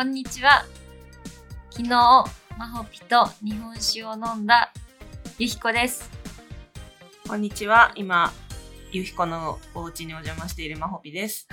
こんにちは。昨日まほぴと日本酒を飲んだゆひこです。 こんにちは。今ゆひこのお家にお邪魔しているまほぴです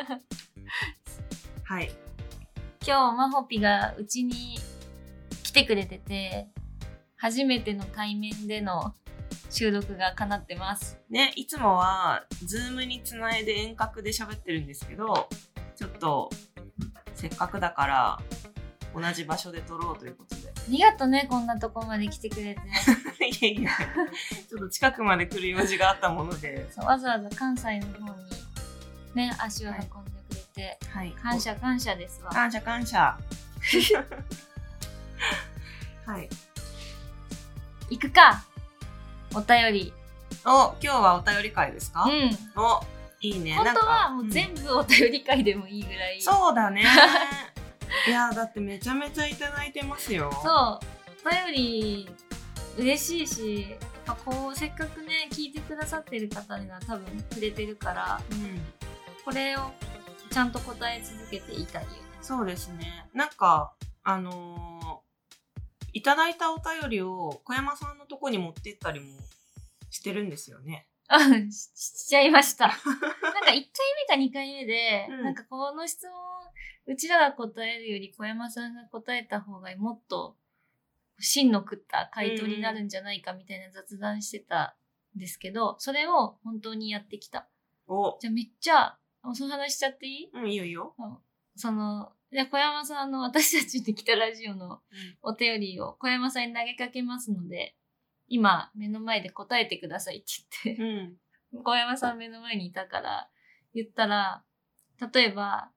はい、 今日まほぴがうちに来てくれてて、初めての対面での収録が叶ってますね。いつもはズームにつないで遠隔で喋ってるんですけど、ちょっとせっかくだから同じ場所で撮ろうということで。 ありがとね、こんなとこまで来てくれていやいや、ちょっと近くまで来る用事があったもので、 そう、わざわざ関西の方にね足を運んでくれて、 はい、 感謝感謝ですわ。 感謝感謝はい、 行くか、お便り。 今日はお便り会ですか？お、いいね。 本当はもう全部お便り会でもいいぐらい、 そうだねいやだってめちゃめちゃいただいてますよ。 そう、お便り嬉しいし、こうせっかくね聞いてくださってる方には多分くれてるから、これをちゃんと答え続けていたいよね。そうですね。なんかいただいたお便りを小山さんのとこに持ってったりもしてるんですよね。 しちゃいましたなんか1回目か2回目で、なんかこの質問うちらが答えるより小山さんが答えた方がもっと芯の食った回答になるんじゃないかみたいな雑談してたんですけど、それを本当にやってきた。じゃあめっちゃその話しちゃっていい？ いいよいいよ。 じゃあ小山さん私たちに来たラジオのお便りを小山さんに投げかけますので、今目の前で答えてくださいって言って、小山さん目の前にいたから言ったら、例えば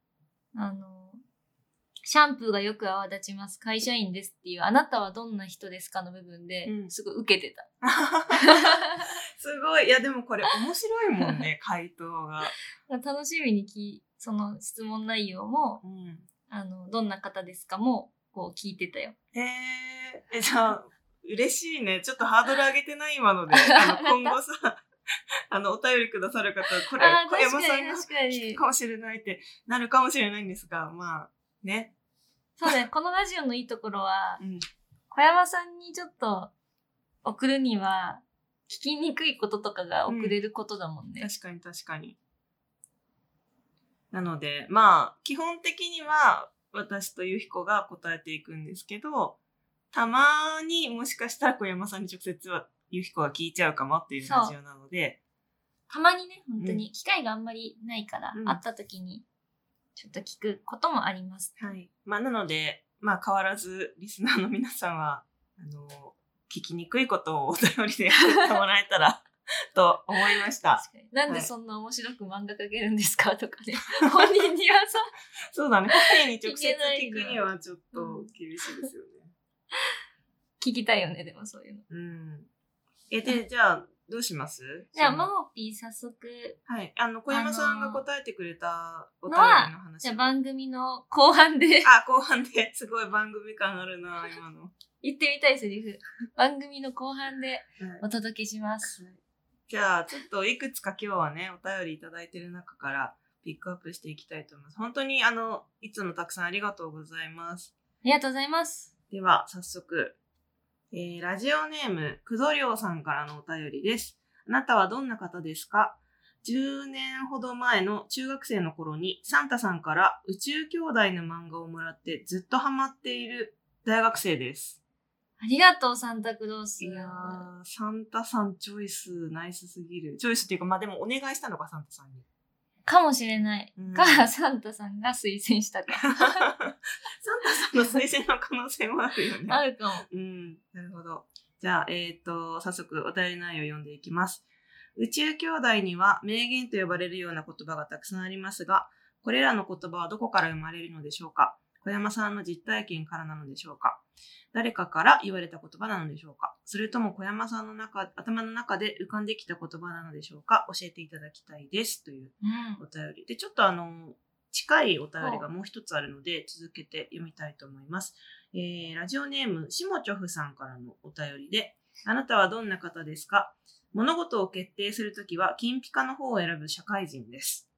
シャンプーがよく泡立ちます、会社員ですっていう、あなたはどんな人ですかの部分ですごい受けてたすごい。いやでもこれ面白いもんね回答が。 楽しみにその質問内容も、どんな方ですかもこう聞いてたよ。 じゃあ嬉しいね。ちょっとハードル上げてない今ので今後さお便りくださる方、これ小山さんが聞くかもしれないってなるかもしれないんですが、まあね。 そうね。このラジオのいいところは、小山さんにちょっと送るには聞きにくいこととかが送れることだもんね。 確かに確かに。なのでまあ基本的には私とゆひこが答えていくんですけど、たまにもしかしたら小山さんに直接はゆひこが聞いちゃうかもっていうラジオなので、 たまにね、本当に機会があんまりないから、会った時にちょっと聞くこともあります。 はい。まあなので、まあ変わらずリスナーの皆さんは聞きにくいことをお便りでやってもらえたらと思いました。 確かに。なんでそんな面白く漫画描けるんですかとかね。本人にはさ。 そうだね。本人に直接聞くにはちょっと厳しいですよね。 聞きたいよね、でもそういうの。 で、じゃあ、どうします？ じゃあ、まほぴー早速。 はい。小山さんが答えてくれたお便りの話。 じゃあ番組の後半で。 後半で。すごい番組感あるな、今の。 言ってみたいセリフ。番組の後半でお届けします。 じゃあ、ちょっといくつか今日はね、お便りいただいてる中からピックアップしていきたいと思います。本当にいつもたくさんありがとうございます。 ありがとうございます。 では、早速。ラジオネーム、くどりょうさんからのお便りです。あなたはどんな方ですか？10年ほど前の中学生の頃にサンタさんから宇宙兄弟の漫画をもらってずっとハマっている大学生です。 ありがとう、サンタクロース。 いやー、サンタさんチョイスナイスすぎる。チョイスっていうか、まあでもお願いしたのか、サンタさんに。 かもしれない。サンタさんが推薦したか。サンタさんの推薦の可能性もあるよね。 あるかも。 なるほど。じゃあ、早速お便り内容を読んでいきます。宇宙兄弟には名言と呼ばれるような言葉がたくさんありますが、これらの言葉はどこから生まれるのでしょうか？小山さんの実体験からなのでしょうか？誰かから言われた言葉なのでしょうか？それとも小山さんの頭の中で浮かんできた言葉なのでしょうか？教えていただきたいですというお便りで、ちょっと近いお便りがもう一つあるので続けて読みたいと思います。ラジオネームしもちょふさんからのお便りで、あなたはどんな方ですか？物事を決定するときは金ピカの方を選ぶ社会人です。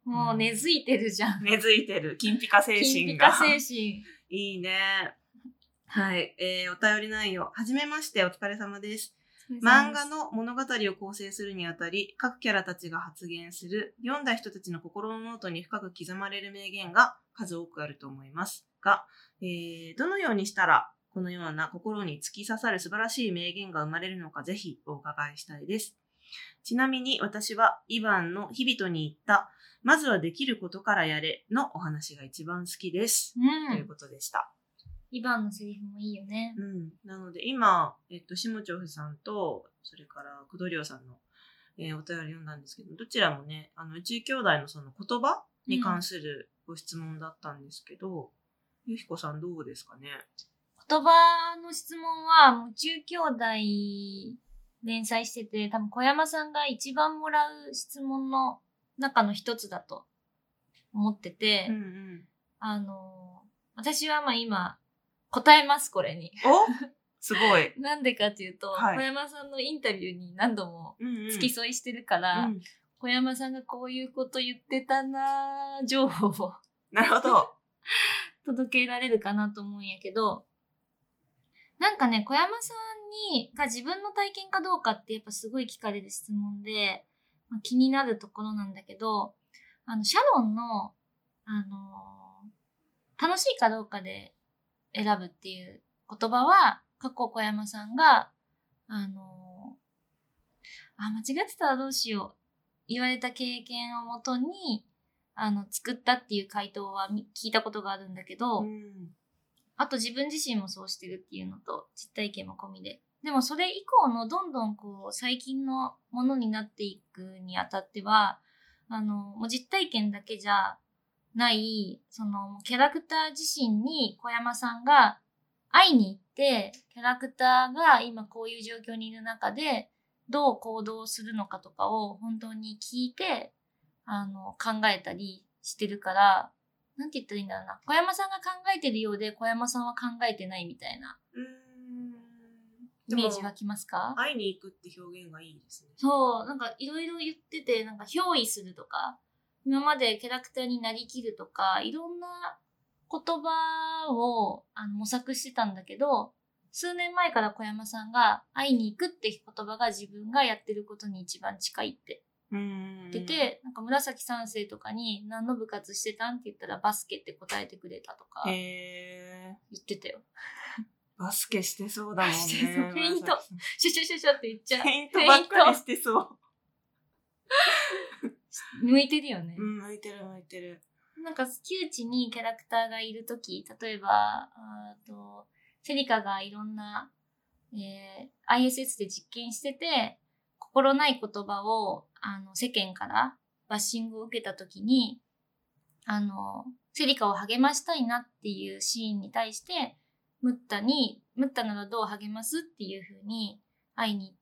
もう根付いてるじゃん。 根付いてる。金ピカ精神金ピが。 カ精神。 いいね。はい。お便り内容。はじめまして、お疲れ様です。漫画の物語を構成するにあたり、各キャラたちが発言する、読んだ人たちの心のノートに深く刻まれる名言が数多くあると思いますが、どのようにしたら、このような心に突き刺さる素晴らしい名言が生まれるのか、ぜひお伺いしたいです。ちなみに私は、イヴァンの日々に言った、まずはできることからやれのお話が一番好きです。ということでした。 イヴァンのセリフもいいよね。 なので今、下調布さんと、それから工藤亮さんの、お便り読んだんですけど、どちらもね、宇宙兄弟のその言葉に関するご質問だったんですけど、ゆひこさんどうですかね？ 言葉の質問は、宇宙兄弟連載してて、多分小山さんが一番もらう質問の中の一つだと思ってて、私は今、答えます、これに。 おすごい。 なんでかっていうと、小山さんのインタビューに何度も付き添いしてるから、小山さんがこういうこと言ってたなー情報をなるほど届けられるかなと思うんやけど、なんかね、小山さんが自分の体験かどうかってやっぱすごい聞かれる質問で、気になるところなんだけど、シャロンの、楽しいかどうかで選ぶっていう言葉は、過去小山さんが、間違ってたらどうしよう。言われた経験をもとに、作ったっていう回答は聞いたことがあるんだけど、あと自分自身もそうしてるっていうのと、実体験も込みで。でもそれ以降のどんどん最近のものになっていくにあたっては、もう実体験だけじゃない、キャラクター自身に小山さんが会いに行って、キャラクターが今こういう状況にいる中で、どう行動するのかとかを本当に聞いて、考えたりしてるから、なんて言ったらいいんだろうな。小山さんが考えてるようで、小山さんは考えてないみたいな。イメージ湧きますか？ 会いに行くって表現がいいですね。 そう、なんかいろいろ言ってて、なんか憑依するとか、今までキャラクターになりきるとか、いろんな言葉を模索してたんだけど、数年前から小山さんが会いに行くって言葉が自分がやってることに一番近いって言ってて、なんか紫三世とかに何の部活してたんって言ったらバスケって答えてくれたとか言ってたよ。 バスケしてそうだもんね。 フェイント、シュシュシュシュって言っちゃう。 フェイントばっかりしてそう。 向いてるよね。 向いてる向いてる。 なんか窮地にキャラクターがいるとき、例えば、セリカがいろんな、ISS で実験してて、心ない言葉を、世間からバッシングを受けたときに、セリカを励ましたいなっていうシーンに対して、ムッタならどう励ますっていう風に会いに行って、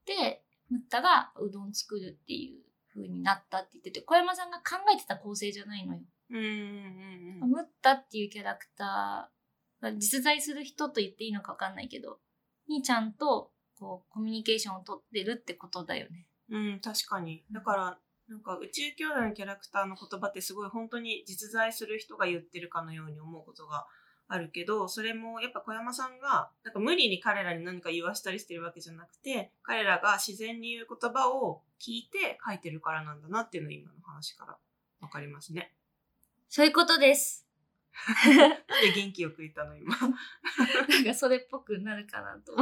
ムッタがうどん作るっていう風になったって言ってて、小山さんが考えてた構成じゃないのよ。ムッタっていうキャラクターが実在する人と言っていいのか分かんないけど、にちゃんとコミュニケーションを取ってるってことだよね。 確かに。だから、なんか宇宙兄弟のキャラクターの言葉ってすごい本当に実在する人が言ってるかのように思うことがあるけど、それもやっぱ小山さんがなんか無理に彼らに何か言わしたりしてるわけじゃなくて、彼らが自然に言う言葉を聞いて書いてるからなんだなっていうのが今の話からわかりますね。 そういうことです。 なんで元気よく言ったの今。 なんかそれっぽくなるかなと思って。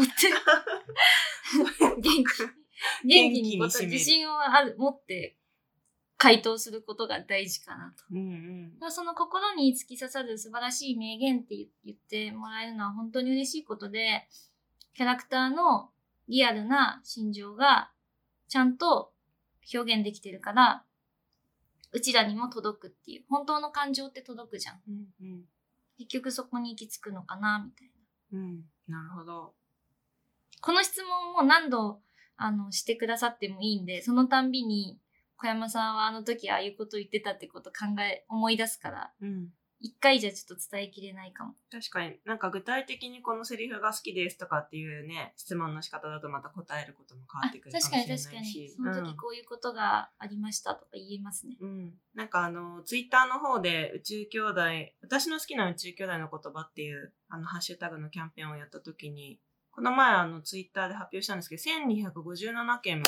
元気に自信を持って回答することが大事かなと。その心に突き刺さる素晴らしい名言って言ってもらえるのは本当に嬉しいことで、キャラクターのリアルな心情がちゃんと表現できてるから、うちらにも届くっていう、本当の感情って届くじゃん。結局そこに行き着くのかなみたいな。なるほど。 この質問を何度してくださってもいいんで、そのたんびに小山さんはあの時ああいうこと言ってたってこと思い出すから、 一回じゃちょっと伝えきれないかも。 確かになんか具体的にこのセリフが好きですとかっていうね、質問の仕方だとまた答えることも変わってくるかもしれないし。 確かに。その時こういうことがありましたとか言えますね。 なんかツイッターの方で宇宙兄弟、私の好きな宇宙兄弟の言葉っていうハッシュタグのキャンペーンをやった時に、この前ツイッターで発表したんですけど、1257件も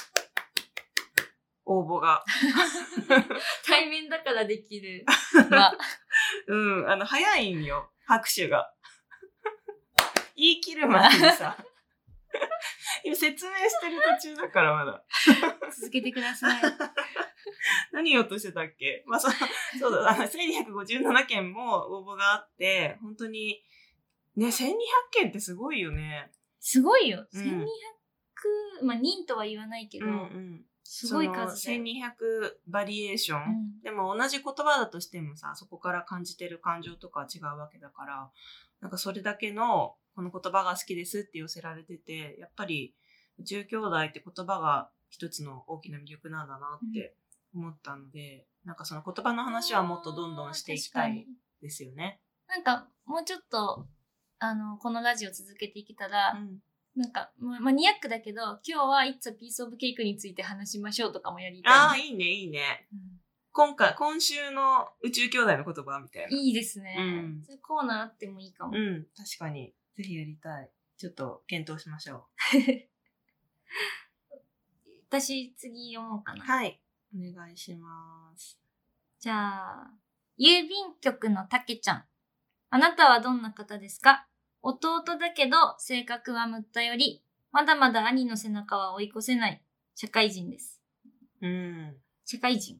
応募が。 対面だからできる。 早いんよ、拍手が。言い切る前にさ。今説明してる途中だからまだ。 続けてください。 何言おうとしてたっけ？そうだ、1257件も応募があって、本当に、ね、1200件ってすごいよね。 すごいよ。1200、人とは言わないけど、すごい数だよ。1200バリエーション、でも同じ言葉だとしてもさ、そこから感じてる感情とかは違うわけだから、なんかそれだけのこの言葉が好きですって寄せられてて、やっぱり宇宙兄弟って言葉が一つの大きな魅力なんだなって思ったので、なんかその言葉の話はもっとどんどんしていきたいですよね。 なんかもうちょっとこのラジオ続けていけたら、なんかマニアックだけど、今日は It's a Piece of Cake について話しましょうとかもやりたい。 ああ、いいねいいね。今週の宇宙兄弟の言葉みたいな。 いいですね。そういうコーナーあってもいいかも。 確かに。ぜひやりたい。ちょっと検討しましょう。 私次読もうかな。 はい。お願いします。 じゃあ、郵便局のたけちゃん。あなたはどんな方ですか？弟だけど性格はむったより、まだまだ兄の背中は追い越せない社会人です。社会人か。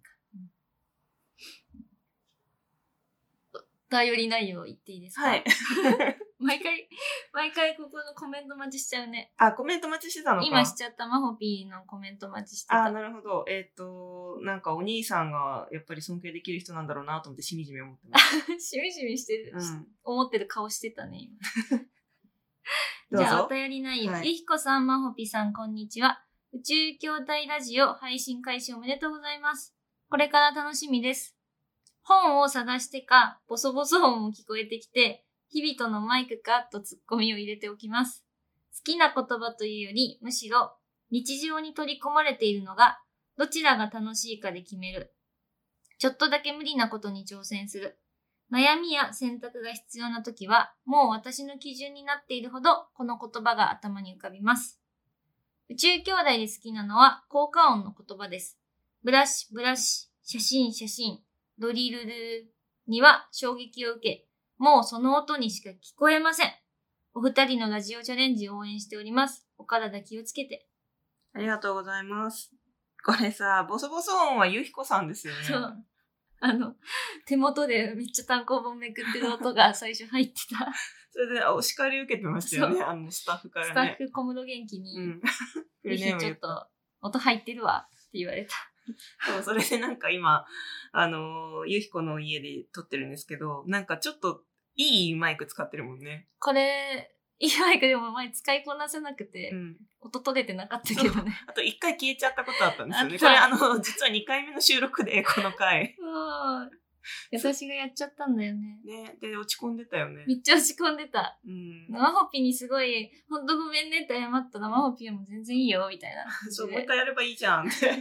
頼りないよ言っていいですか？はい。毎回ここのコメント待ちしちゃうね。 あ、コメント待ちしてたのか。 今しちゃった。マホピーのコメント待ちしてた。 あ、なるほど。なんかお兄さんがやっぱり尊敬できる人なんだろうなと思ってしみじみ思ってます。 しみじみしてる、思ってる顔してたね、今。じゃあ、お便り内容。ゆひこさん、マホピさん、こんにちは。宇宙兄弟ラジオ配信開始おめでとうございます。これから楽しみです。本を探してか、ボソボソ音も聞こえてきて、日々とのマイクかとツッコミを入れておきます。好きな言葉というより、むしろ日常に取り込まれているのが、どちらが楽しいかで決める。ちょっとだけ無理なことに挑戦する。悩みや選択が必要なときは、もう私の基準になっているほど、この言葉が頭に浮かびます。宇宙兄弟で好きなのは効果音の言葉です。ブラシ、ブラシ、写真、ドリルルには衝撃を受け、もうその音にしか聞こえません。お二人のラジオチャレンジを応援しております。お体気をつけて。 ありがとうございます。これさ、ボソボソ音はゆひこさんですよね。 そう。手元でめっちゃ単行本めくってる音が最初入ってた。 それでお叱り受けてましたよね、スタッフからね。 スタッフ小室元気に、ぜひちょっと音入ってるわって言われた。 それでなんか今、ゆひこの家で撮ってるんですけど、なんかちょっといいマイク使ってるもんね。 これ、いいマイクでも前使いこなせなくて、音取れてなかったけどね。 あと1回消えちゃったことあったんですよね。これ実は2回目の収録で、この回。 私がやっちゃったんだよね。 ね、で、落ち込んでたよね。 めっちゃ落ち込んでた。生ホッピーにすごい、ほんとごめんねって謝った生ホッピーはもう全然いいよ、みたいな。 そう、もう一回やればいいじゃんって言って。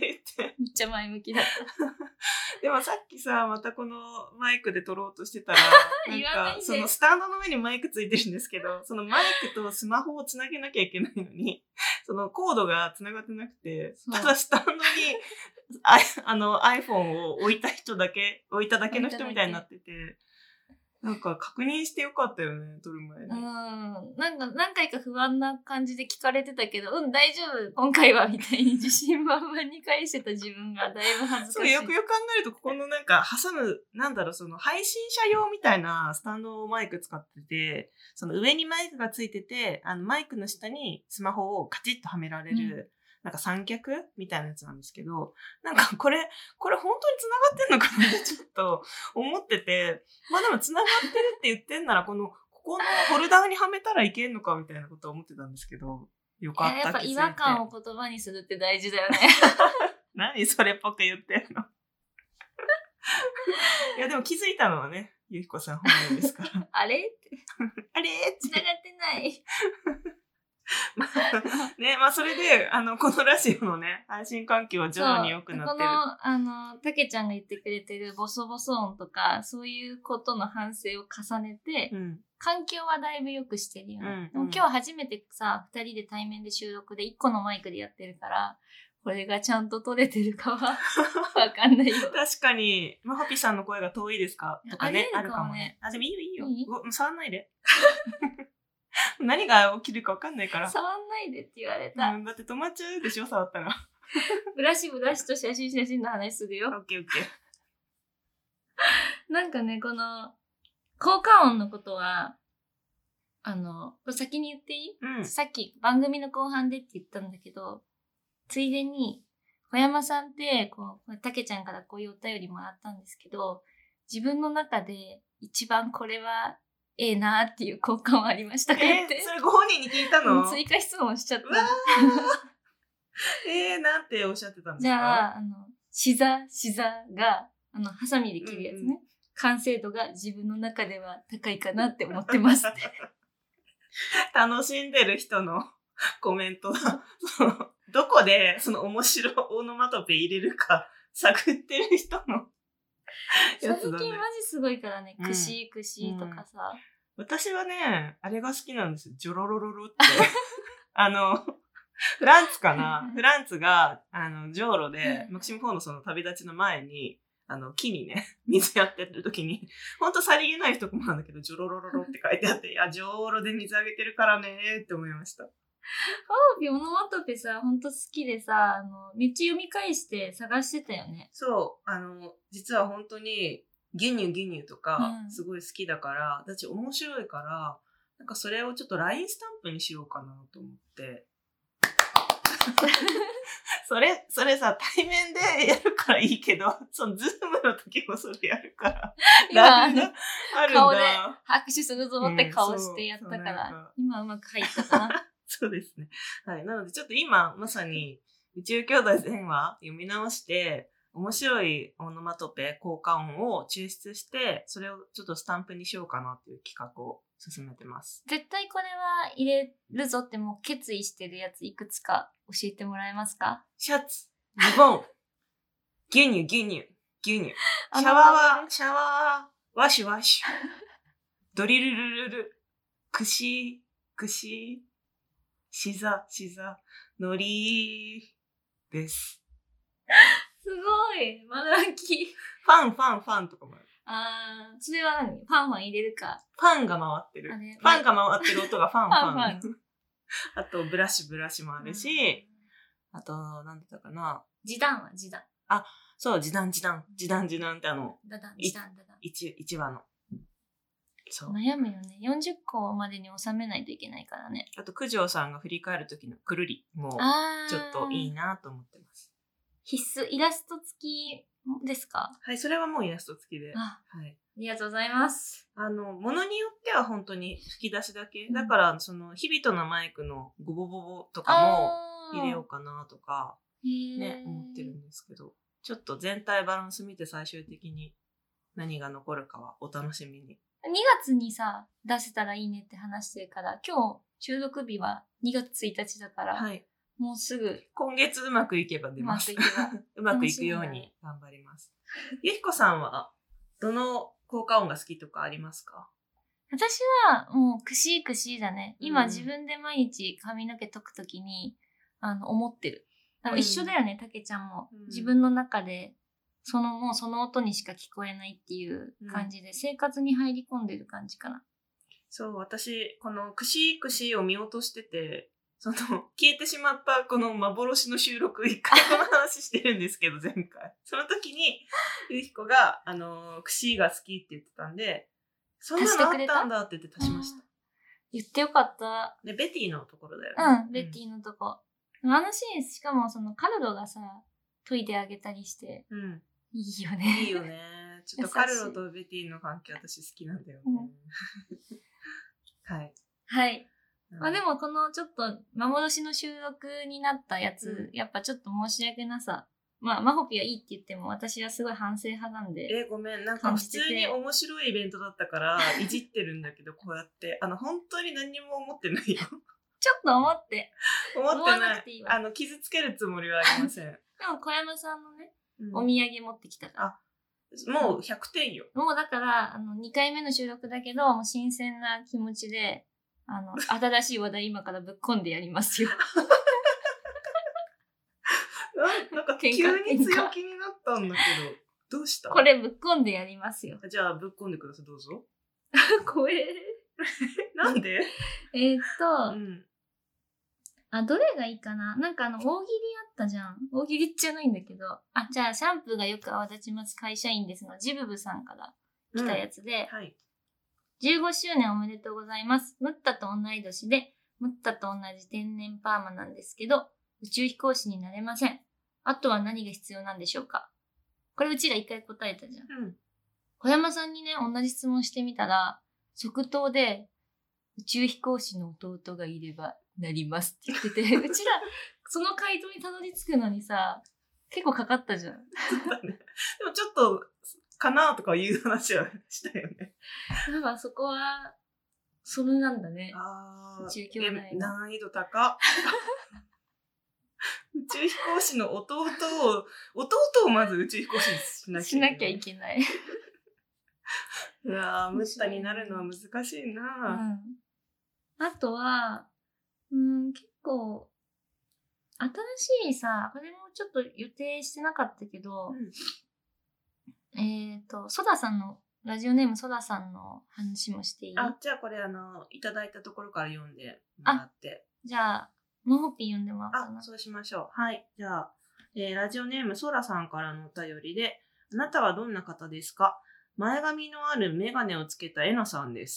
めっちゃ前向きだった。 でもさっきさ、またこのマイクで撮ろうとしてたら、なんか、そのスタンドの上にマイクついてるんですけど、そのマイクとスマホをつなげなきゃいけないのに、そのコードがつながってなくて、ただスタンドにiPhone を置いただけの人みたいになってて、なんか確認してよかったよね、撮る前に。 なんか何回か不安な感じで聞かれてたけど、大丈夫、今回は、みたいに自信満々に返してた自分がだいぶ恥ずかしい。 そう、よくよく考えると、ここのなんか挟む、その配信者用みたいなスタンドマイク使ってて、その上にマイクがついてて、マイクの下にスマホをカチッとはめられる、なんか三脚みたいなやつなんですけど、なんかこれ本当に繋がってんのかなってちょっと思ってて、まあでも繋がってるって言ってんなら、ここのホルダーにはめたらいけんのかみたいなことを思ってたんですけど、よかった。 やっぱ違和感を言葉にするって大事だよね。 何それっぽく言ってんの。いやでも気づいたのはね、 ゆひこさん本名ですから。 あれって。 あれって。 繋がってない。 ね、まあそれで、このラジオのね、配信環境は徐々に良くなってる。 たけちゃんが言ってくれてるボソボソ音とか、そういうことの反省を重ねて、環境はだいぶ良くしてるよね。でも今日初めてさ、2人で対面で収録で1個のマイクでやってるから、これがちゃんと撮れてるかはわかんないよ。 確かに、まほぴさんの声が遠いですかとかね、あるかもね。でもいいよ。触んないで。何が起きるか分かんないから。 触んないでって言われた。 だって止まっちゃうでしょ、触ったら。 ブラシと写真の話するよ。 オッケーオッケー。 なんかね、この、効果音のことは、これ先に言っていい？さっき番組の後半でって言ったんだけど、ついでに、小山さんって、たけちゃんからこういうお便りもらったんですけど、自分の中で一番これは、ええなーっていう効果はありましたかって。 それご本人に聞いたの？ 追加質問しちゃった。 なんておっしゃってたんですか？ じゃあ、シザが、ハサミで切るやつね。完成度が自分の中では高いかなって思ってますって。 楽しんでる人のコメントだ。どこでその面白いオノマトペ入れるか探ってる人のやつだね。最近マジすごいからね。くしとかさ。 私はね、あれが好きなんですよ。ジョロロロロって。フランツかなフランツが、ジョーロで、マキシム4のその旅立ちの前に、木にね、水やってる時に、ほんとさりげない一言なんだけど、ジョロロロロって書いてあって、いや、ジョーロで水あげてるからねーって思いました。 オノマトペさ、ほんと好きでさ、めっちゃ読み返して探してたよね。 そう、実は本当に、ギュニュとか、すごい好きだから、私面白いから、なんかそれをちょっと LINE スタンプにしようかなと思って。それさ、対面でやるからいいけど、そのズームの時もそれやるから。 今、あるんだ。顔で拍手するぞって顔してやったから、今うまく入ったかな。 そうですね。はい。なのでちょっと今、まさに宇宙兄弟全話読み直して、面白いオノマトペ、効果音を抽出して、それをちょっとスタンプにしようかなっていう企画を進めてます。 絶対これは入れるぞってもう決意してるやついくつか教えてもらえますか？ シャツ、ズボン、牛乳。シャワー、ワシュ、ドリルルルル、くし、シザ、のりです。 すごいまだき。 ファンとかもある。 それは何？ファン入れるか。 ファンが回ってる。ファンが回ってる音がファン。あと、ブラシもあるし、あと、なんだったかな。 時短。 そう、時短ってダダン。1話の。 そう。悩むよね。40個までに収めないといけないからね。 あと、九条さんが振り返る時のくるりも、ちょっといいなと思ってます。 必須、イラスト付きですか？ はい、それはもうイラスト付きで。 はい。ありがとうございます。 ものによっては本当に吹き出しだけ。だから、その、日々とのマイクのゴボボボとかも入れようかなとか、ね、思ってるんですけど、ちょっと全体バランス見て最終的に何が残るかはお楽しみに。 2月にさ、出せたらいいねって話してるから、今日収録日は2月1日だから、はい。もうすぐ。 今月うまくいけば出ます。うまくいくように頑張ります。ゆひこさんは、どの効果音が好きとかありますか？ 私は、もう、くしだね。今、自分で毎日髪の毛解くときに、思ってる。一緒だよね、たけちゃんも。自分の中で、もうその音にしか聞こえないっていう感じで、生活に入り込んでる感じかな。 そう、私、このくしを見落としてて、消えてしまったこの幻の収録、一回この話してるんですけど、前回。その時に、ゆひこが、くしが好きって言ってたんで、そんなのあったんだって言って足しました。 言ってよかった。 で、ベティのところだよね。ベティのとこ。シーン、しかもカルロがさ、研いであげたりして、いいよね。 いいよね。ちょっとカルロとベティの関係私好きなんだよね。はい。 はい。でもちょっと幻の収録になったやつ、やっぱちょっと申し訳なさまあ、マホピはいいって言っても、私はすごい反省派なんで。 ごめん。なんか普通に面白いイベントだったから、いじってるんだけど、こうやって。本当に何にも思ってないよ。 ちょっと思って。 思ってない。 思わなくていいわ。 傷つけるつもりはありません。 でも、小山さんのね、お土産持ってきたから。 もう100点よ。 もうだから、2回目の収録だけど、もう新鮮な気持ちで、新しい話題今からぶっ込んでやりますよ。 なんか急に強気になったんだけど、どうした？ これぶっ込んでやりますよ。 じゃあぶっ込んでください、どうぞ。 怖え。 なんで？ どれがいいかな？なんか大喜利あったじゃん。大喜利じゃないんだけど。じゃあシャンプーがよく泡立ちます会社員ですのジブブさんから来たやつで、 はい、 15周年おめでとうございます。ムッタと同い年で、ムッタと同じ天然パーマなんですけど、宇宙飛行士になれません。あとは何が必要なんでしょうか？これうちら一回答えたじゃん。小山さんにね、同じ質問してみたら、即答で、宇宙飛行士の弟がいればなりますって言ってて、うちら、その回答にたどり着くのにさ、結構かかったじゃん。 でもちょっと、かなとかいう話はしたよね。 やっぱそこは、それなんだね。宇宙兄弟の。 難易度高。宇宙飛行士の弟をまず宇宙飛行士にしなきゃいけない。 うわぁ、ムッタになるのは難しいな、 あとは、結構、新しいさ、これもちょっと予定してなかったけど、ソダさんの、ラジオネームソダさんの話もしていい？ じゃあこれいただいたところから読んでもらって。 じゃあ、モホピー読んでもらおうかな。 そうしましょう。はい。じゃあ、ラジオネームソラさんからのお便りで、あなたはどんな方ですか？前髪のあるメガネをつけたエナさんです。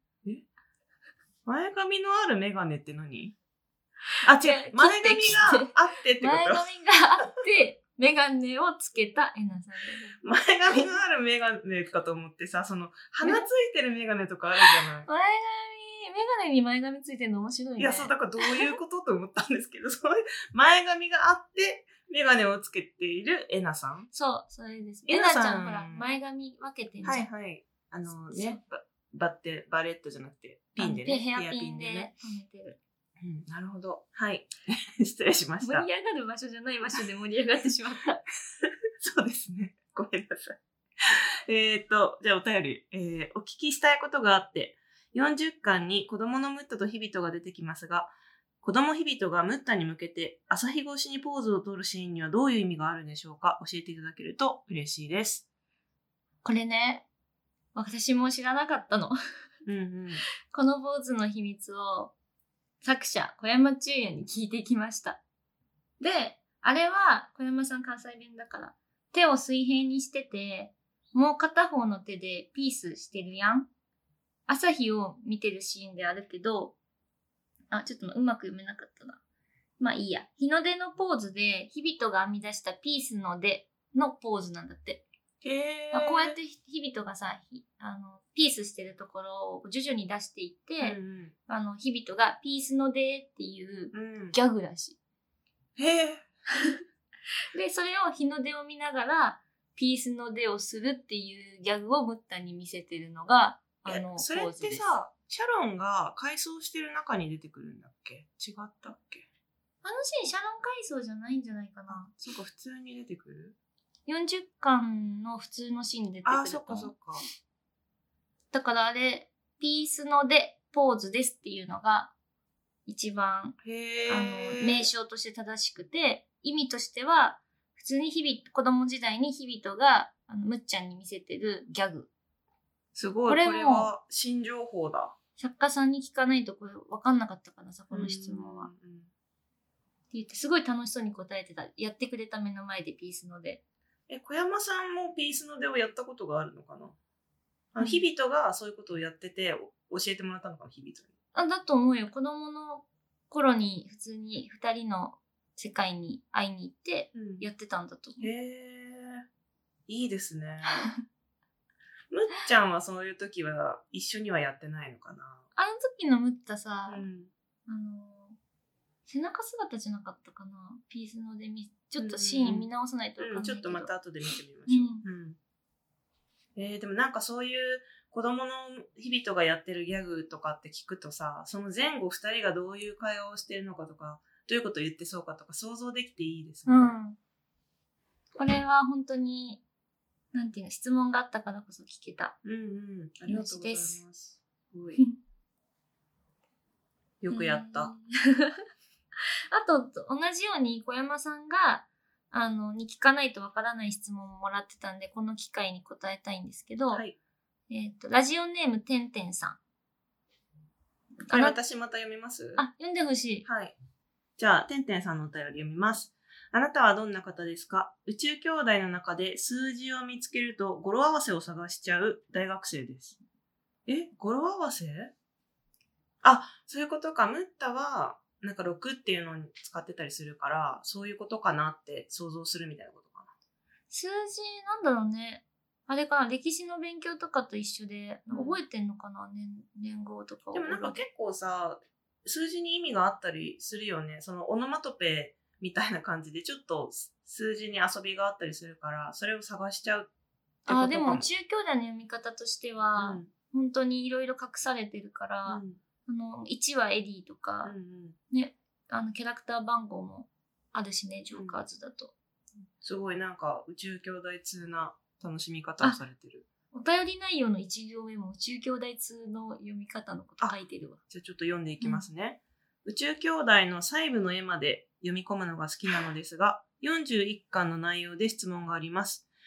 前髪のあるメガネって何？違う。前髪があってってこと？ 前髪があって、メガネをつけたエナさんです。 前髪のあるメガネかと思ってさ、鼻ついてるメガネとかあるじゃない？ メガネに前髪ついてるの面白いね。 いや、だからどういうことと思ったんですけど、そういう前髪があって、メガネをつけているエナさん？ そう、それです。エナちゃん、ほら、前髪分けてんじゃん。 はいはい。ね、バレットじゃなくて、ピンでね。 ヘアピンで留めてる。 なるほど。はい。失礼しました。 盛り上がる場所じゃない場所で盛り上がってしまった。 そうですね。ごめんなさい。じゃあお便り。お聞きしたいことがあって、40巻に子供のムッタとヒビトが出てきますが、子供ヒビトがムッタに向けて朝日越しにポーズを取るシーンにはどういう意味があるんでしょうか？教えていただけると嬉しいです。 これね、私も知らなかったの。このポーズの秘密を作者小山中也に聞いてきました。で、あれは小山さん関西弁だから手を水平にしてて、もう片方の手でピースしてるやん。朝日を見てるシーンであるけど、ちょっとうまく読めなかったな。まあいいや。日の出のポーズで、日々とが編み出したピースの出のポーズなんだって。こうやって日々とがさ、ピースしてるところを徐々に出していって、日々とがピースの出っていうギャグらしい。で、それを日の出を見ながら、ピースの出をするっていうギャグをムッタに見せてるのが、 それってさ、シャロンが回想してる中に出てくるんだっけ？違ったっけ？ あのシーン、シャロン回想じゃないんじゃないかな。 そうか、普通に出てくる？ 40 巻の普通のシーンで出てくる。 そっかそっか。 だからあれ、ピースの出ポーズですっていうのが一番名称として正しくて、意味としては普通に子供時代に日々とがむっちゃんに見せてるギャグ。すごい、これは新情報だ。 作家さんに聞かないとこれ分かんなかったからさ、この質問は。って言ってすごい楽しそうに答えてた。やってくれた目の前でピースの出。 小山さんもピースの出をやったことがあるのかな？日々とがそういうことをやってて教えてもらったのかな、日々とに。 だと思うよ。子供の頃に普通に2人の世界に会いに行ってやってたんだと思う。 いいですね。むっちゃんはそういう時は一緒にはやってないのかな？ あの時のむったさ、 背中姿じゃなかったかな。ピースのでちょっとシーン見直さないと分かんないけど、 ちょっとまた後で見てみましょう。でもなんかそういう子供の日々とかやってるギャグとかって聞くとさ、その前後2人がどういう会話をしてるのかとか、どういうことを言ってそうかとか想像できていいですね。 これは本当になんていうの、質問があったからこそ聞けた。 ありがとうございます。すごい。よくやった。 あと、同じように小山さんが、に聞かないとわからない質問をもらってたんで、この機会に答えたいんですけど、ラジオネームてんてんさん。 私また読みます？ 読んでほしい。 はい。じゃあ、てんてんさんのお便り読みます。あなたはどんな方ですか？宇宙兄弟の中で数字を見つけると語呂合わせを探しちゃう大学生です。語呂合わせ？そういうことか。ムッタは、なんか6っていうのに使ってたりするから、そういうことかなって想像するみたいなことかな。 数字なんだろうね。あれかな、歴史の勉強とかと一緒で、覚えてんのかな、年号とかを。 でもなんか結構さ、数字に意味があったりするよね。そのオノマトペみたいな感じで、ちょっと数字に遊びがあったりするから、それを探しちゃうってことかも。 でも宇宙兄弟の読み方としては、本当にいろいろ隠されてるから、1はエディとか、ね、キャラクター番号もあるしね、ジョーカーズだと。 すごいなんか宇宙兄弟通な楽しみ方をされてる。 お便り内容の1行目も宇宙兄弟通の読み方のこと書いてるわ。 じゃあちょっと読んでいきますね。宇宙兄弟の細部の絵まで読み込むのが好きなのですが、41巻の内容で質問があります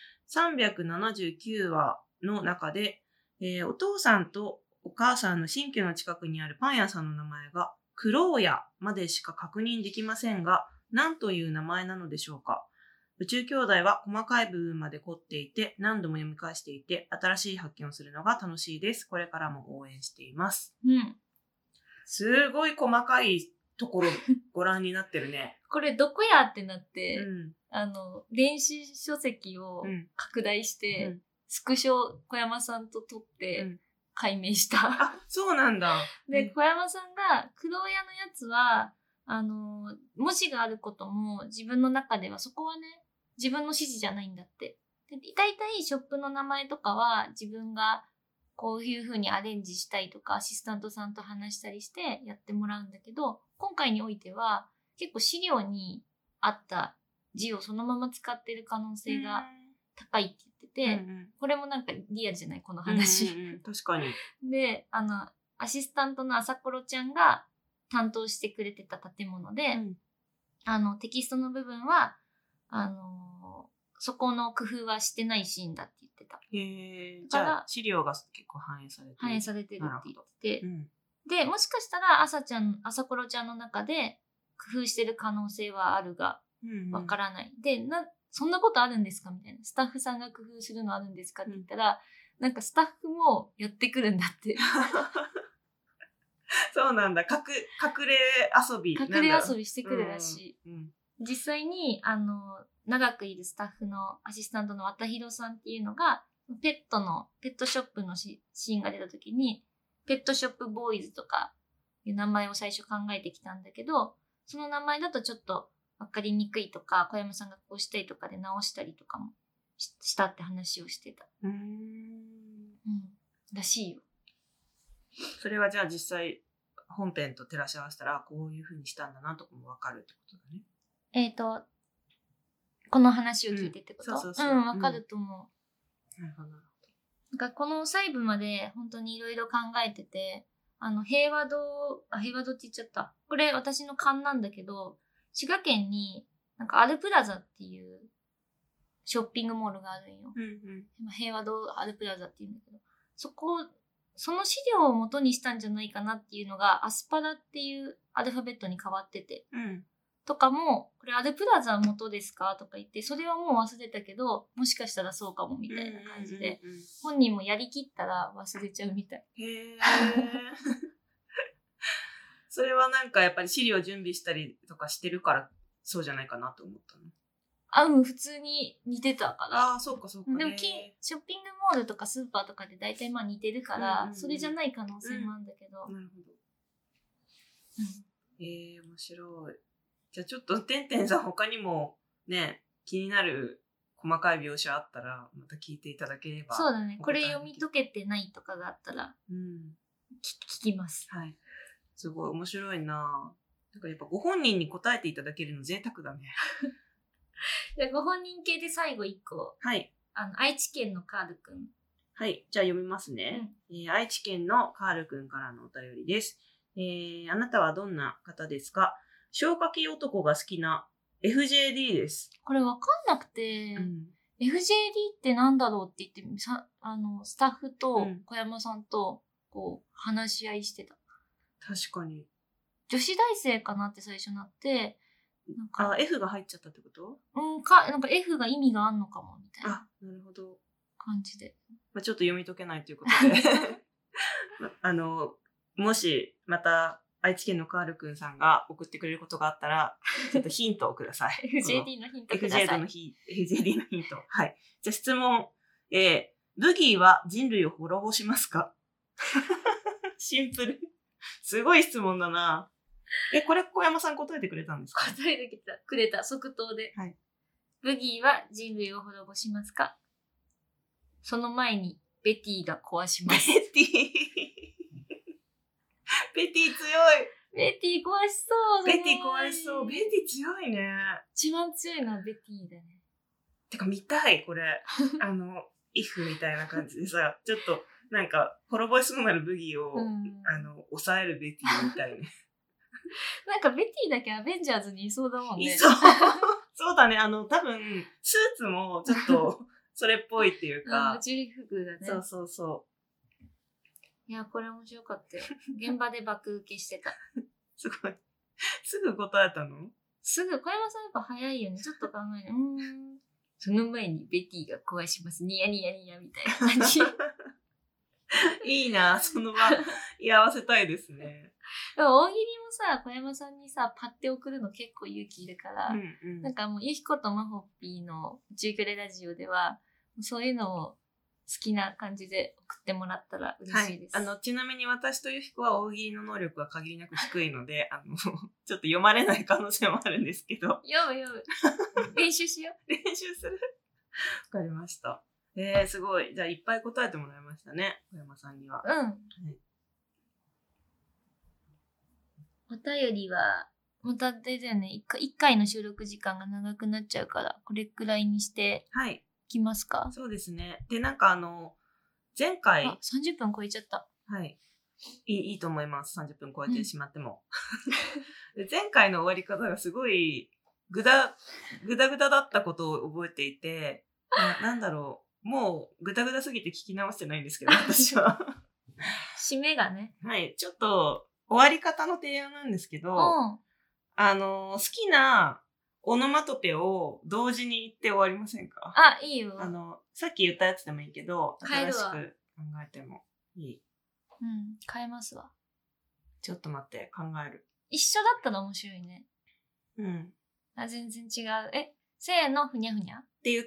。379話の中で、お父さんとお母さんの新居の近くにあるパン屋さんの名前がクローヤまでしか確認できませんが、何という名前なのでしょうか？宇宙兄弟は細かい部分まで凝っていて、何度も読み返していて、新しい発見をするのが楽しいです。これからも応援しています。すごい細かいところご覧になってるね。 これどこやってなって、電子書籍を拡大して、スクショ小山さんと撮って、解明した。 そうなんだ。 で、小山さんが、黒屋のやつは、文字があることも自分の中ではそこはね、自分の指示じゃないんだって。で、大体ショップの名前とかは自分がこういう風にアレンジしたりとか、アシスタントさんと話したりしてやってもらうんだけど、今回においては結構資料にあった字をそのまま使ってる可能性が高いって言ってて、これもなんかリアルじゃないこの話。 確かに。 で、アシスタントの朝コロちゃんが担当してくれてた建物で、テキストの部分は、そこの工夫はしてないシーンだって言ってた。 じゃあ、資料が結構反映されてる。 反映されてるって言ってて、で、もしかしたら朝コロちゃんの中で工夫してる可能性はあるが、わからない。で、そんなことあるんですかみたいな。スタッフさんが工夫するのあるんですかって言ったら、なんかスタッフもやってくるんだって。 そうなんだ。隠れ遊び。 隠れ遊びしてくるらしい。実際に、長くいるスタッフのアシスタントの綿弘さんっていうのが、ペットショップのシーンが出た時に、ペットショップボーイズとかいう名前を最初考えてきたんだけど、その名前だとちょっとわかりにくいとか、小山さんがこうしたりとかで直したりとかもしたって話をしてた。らしいよ。 それはじゃあ実際本編と照らし合わせたらこういう風にしたんだなとかもわかるってことだね。 この話を聞いてってこと？ そうわかると思う。 なるほど。 なんかこの細部まで本当にいろいろ考えてて、平和堂って言っちゃった。これ私の勘なんだけど、滋賀県になんかアルプラザっていうショッピングモールがあるんよ。平和堂アルプラザっていうんだけど、その資料を元にしたんじゃないかなっていうのがアスパラっていうアルファベットに変わってて、とかも、これアルプラザ元ですかとか言って、それはもう忘れたけど、もしかしたらそうかもみたいな感じで、本人もやりきったら忘れちゃうみたい。 それはなんかやっぱり資料準備したりとかしてるからそうじゃないかなと思ったの。 普通に似てたから。 そうかそうか。 でもショッピングモールとかスーパーとかで大体まあ似てるから、それじゃない可能性もあるんだけど。 なるほど。面面白い。じゃあちょっとてんてんさん他にもね、気になる細かい描写あったらまた聞いていただければ。 そうだね。これ読み解けてないとかがあったら、聞きます。 はい。すごい面白いな。なんかやっぱご本人に答えていただけるの贅沢だね。 じゃあご本人系で最後1個。 はい。 愛知県のカールくん。 はい。じゃあ読みますね。愛知県のカールくんからのお便りです。あなたはどんな方ですか？消火器男が好きな FJD です。 これわかんなくて、FJD ってなんだろうって言ってスタッフと小山さんとこう話し合いしてた。 確かに。 女子大生かなって最初なって、 なんかF が入っちゃったってこと？ なんか F が意味があんのかもみたいな。 なるほど。 感じで。 まあ、ちょっと読み解けないということでもしまた愛知県のカールくんさんが送ってくれることがあったら、ちょっとヒントをください。 FJD のヒントください。 FJD のヒント。はい。じゃあ質問。ブギーは人類を滅ぼしますか？シンプル。すごい質問だな。これ小山さん答えてくれたんですか？ 答えてくれた。即答で。 はい。 ブギーは人類を滅ぼしますか？その前にベティが壊します。 ベティ強い。 ベティ壊しそう。 ベティ壊しそう。ベティ強いね。 一番強いのはベティだね。 てか見たい、これ。イフみたいな感じでさ、ちょっとなんか滅ぼしそうなるブギーを、抑えるベティみたいね。 なんかベティだけアベンジャーズにいそうだもんね。 そうだね。多分、スーツもちょっと、それっぽいっていうか。 宇宙服だね。 そう。 いや、これ面白かったよ。現場で爆受けしてた。 すごい。すぐ答えたの？ すぐ、小山さんやっぱ早いよね。ちょっと考える。その前にベティが壊します。ニヤニヤニヤみたいな感じ。 いいな、その場、居合わせたいですね。 でも大喜利もさ、小山さんにさ、パッて送るの結構勇気いるから、なんかもう、ゆひことまほっぴーの宇宙クレラジオでは、そういうのを好きな感じで送ってもらったら嬉しいです。 はい、ちなみに私とゆひこは大喜利の能力が限りなく低いので、ちょっと読まれない可能性もあるんですけど。 読む。練習しよう。 練習する。わかりました。すごい。じゃあいっぱい答えてもらいましたね、小山さんには。お便りは、また出たよね。1回の収録時間が長くなっちゃうから、これくらいにして、いきますか？ そうですね。で、なんか前回。 30分超えちゃった。 はい。いいと思います。30分超えてしまっても。で前回の終わり方がすごい、ぐだぐだだったことを覚えていて、なんだろう。もう、ぐだぐだすぎて聞き直してないんですけど、私は。 締めがね。 はい。ちょっと、終わり方の提案なんですけど、好きなオノマトペを同時に言って終わりませんか？ いいよ。 さっき言ったやつでもいいけど、 新しく考えてもいい。 変えますわ。 ちょっと待って、考える。 一緒だったら面白いね。全然違う。せーの、ふにゃふにゃって言って、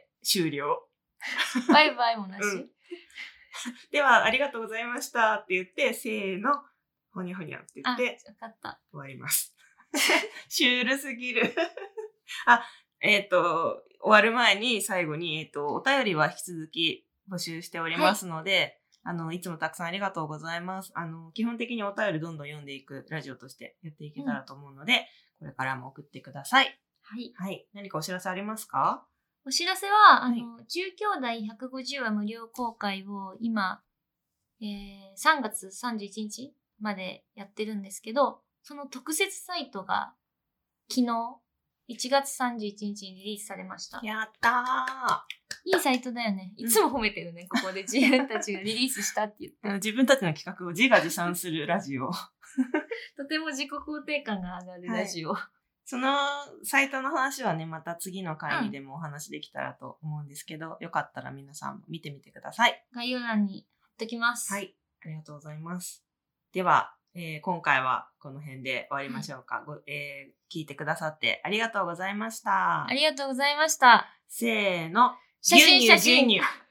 終了。 バイバイもなし。 では、ありがとうございましたって言って、せーの、ほにゃほにゃって言って、 わかった。 終わります。シュールすぎる。終わる前に最後に、お便りは引き続き募集しておりますので、いつもたくさんありがとうございます。基本的にお便りどんどん読んでいくラジオとしてやっていけたらと思うので、これからも送ってください。はい。何かお知らせありますか？ お知らせは、宇宙兄弟150話無料公開を今、3月31日までやってるんですけど、その特設サイトが昨日1月31日にリリースされました。 やったー。いいサイトだよね。いつも褒めてるね、ここで自分たちがリリースしたって言って。 自分たちの企画を自画自賛するラジオ。 とても自己肯定感が上がるラジオ。 そのサイトの話はね、また次の回にでもお話できたらと思うんですけど、よかったら皆さんも見てみてください。 概要欄に貼っときます。 はい。ありがとうございます。では、今回はこの辺で終わりましょうか。聞いてくださってありがとうございました。 ありがとうございました。 せーの。 写真。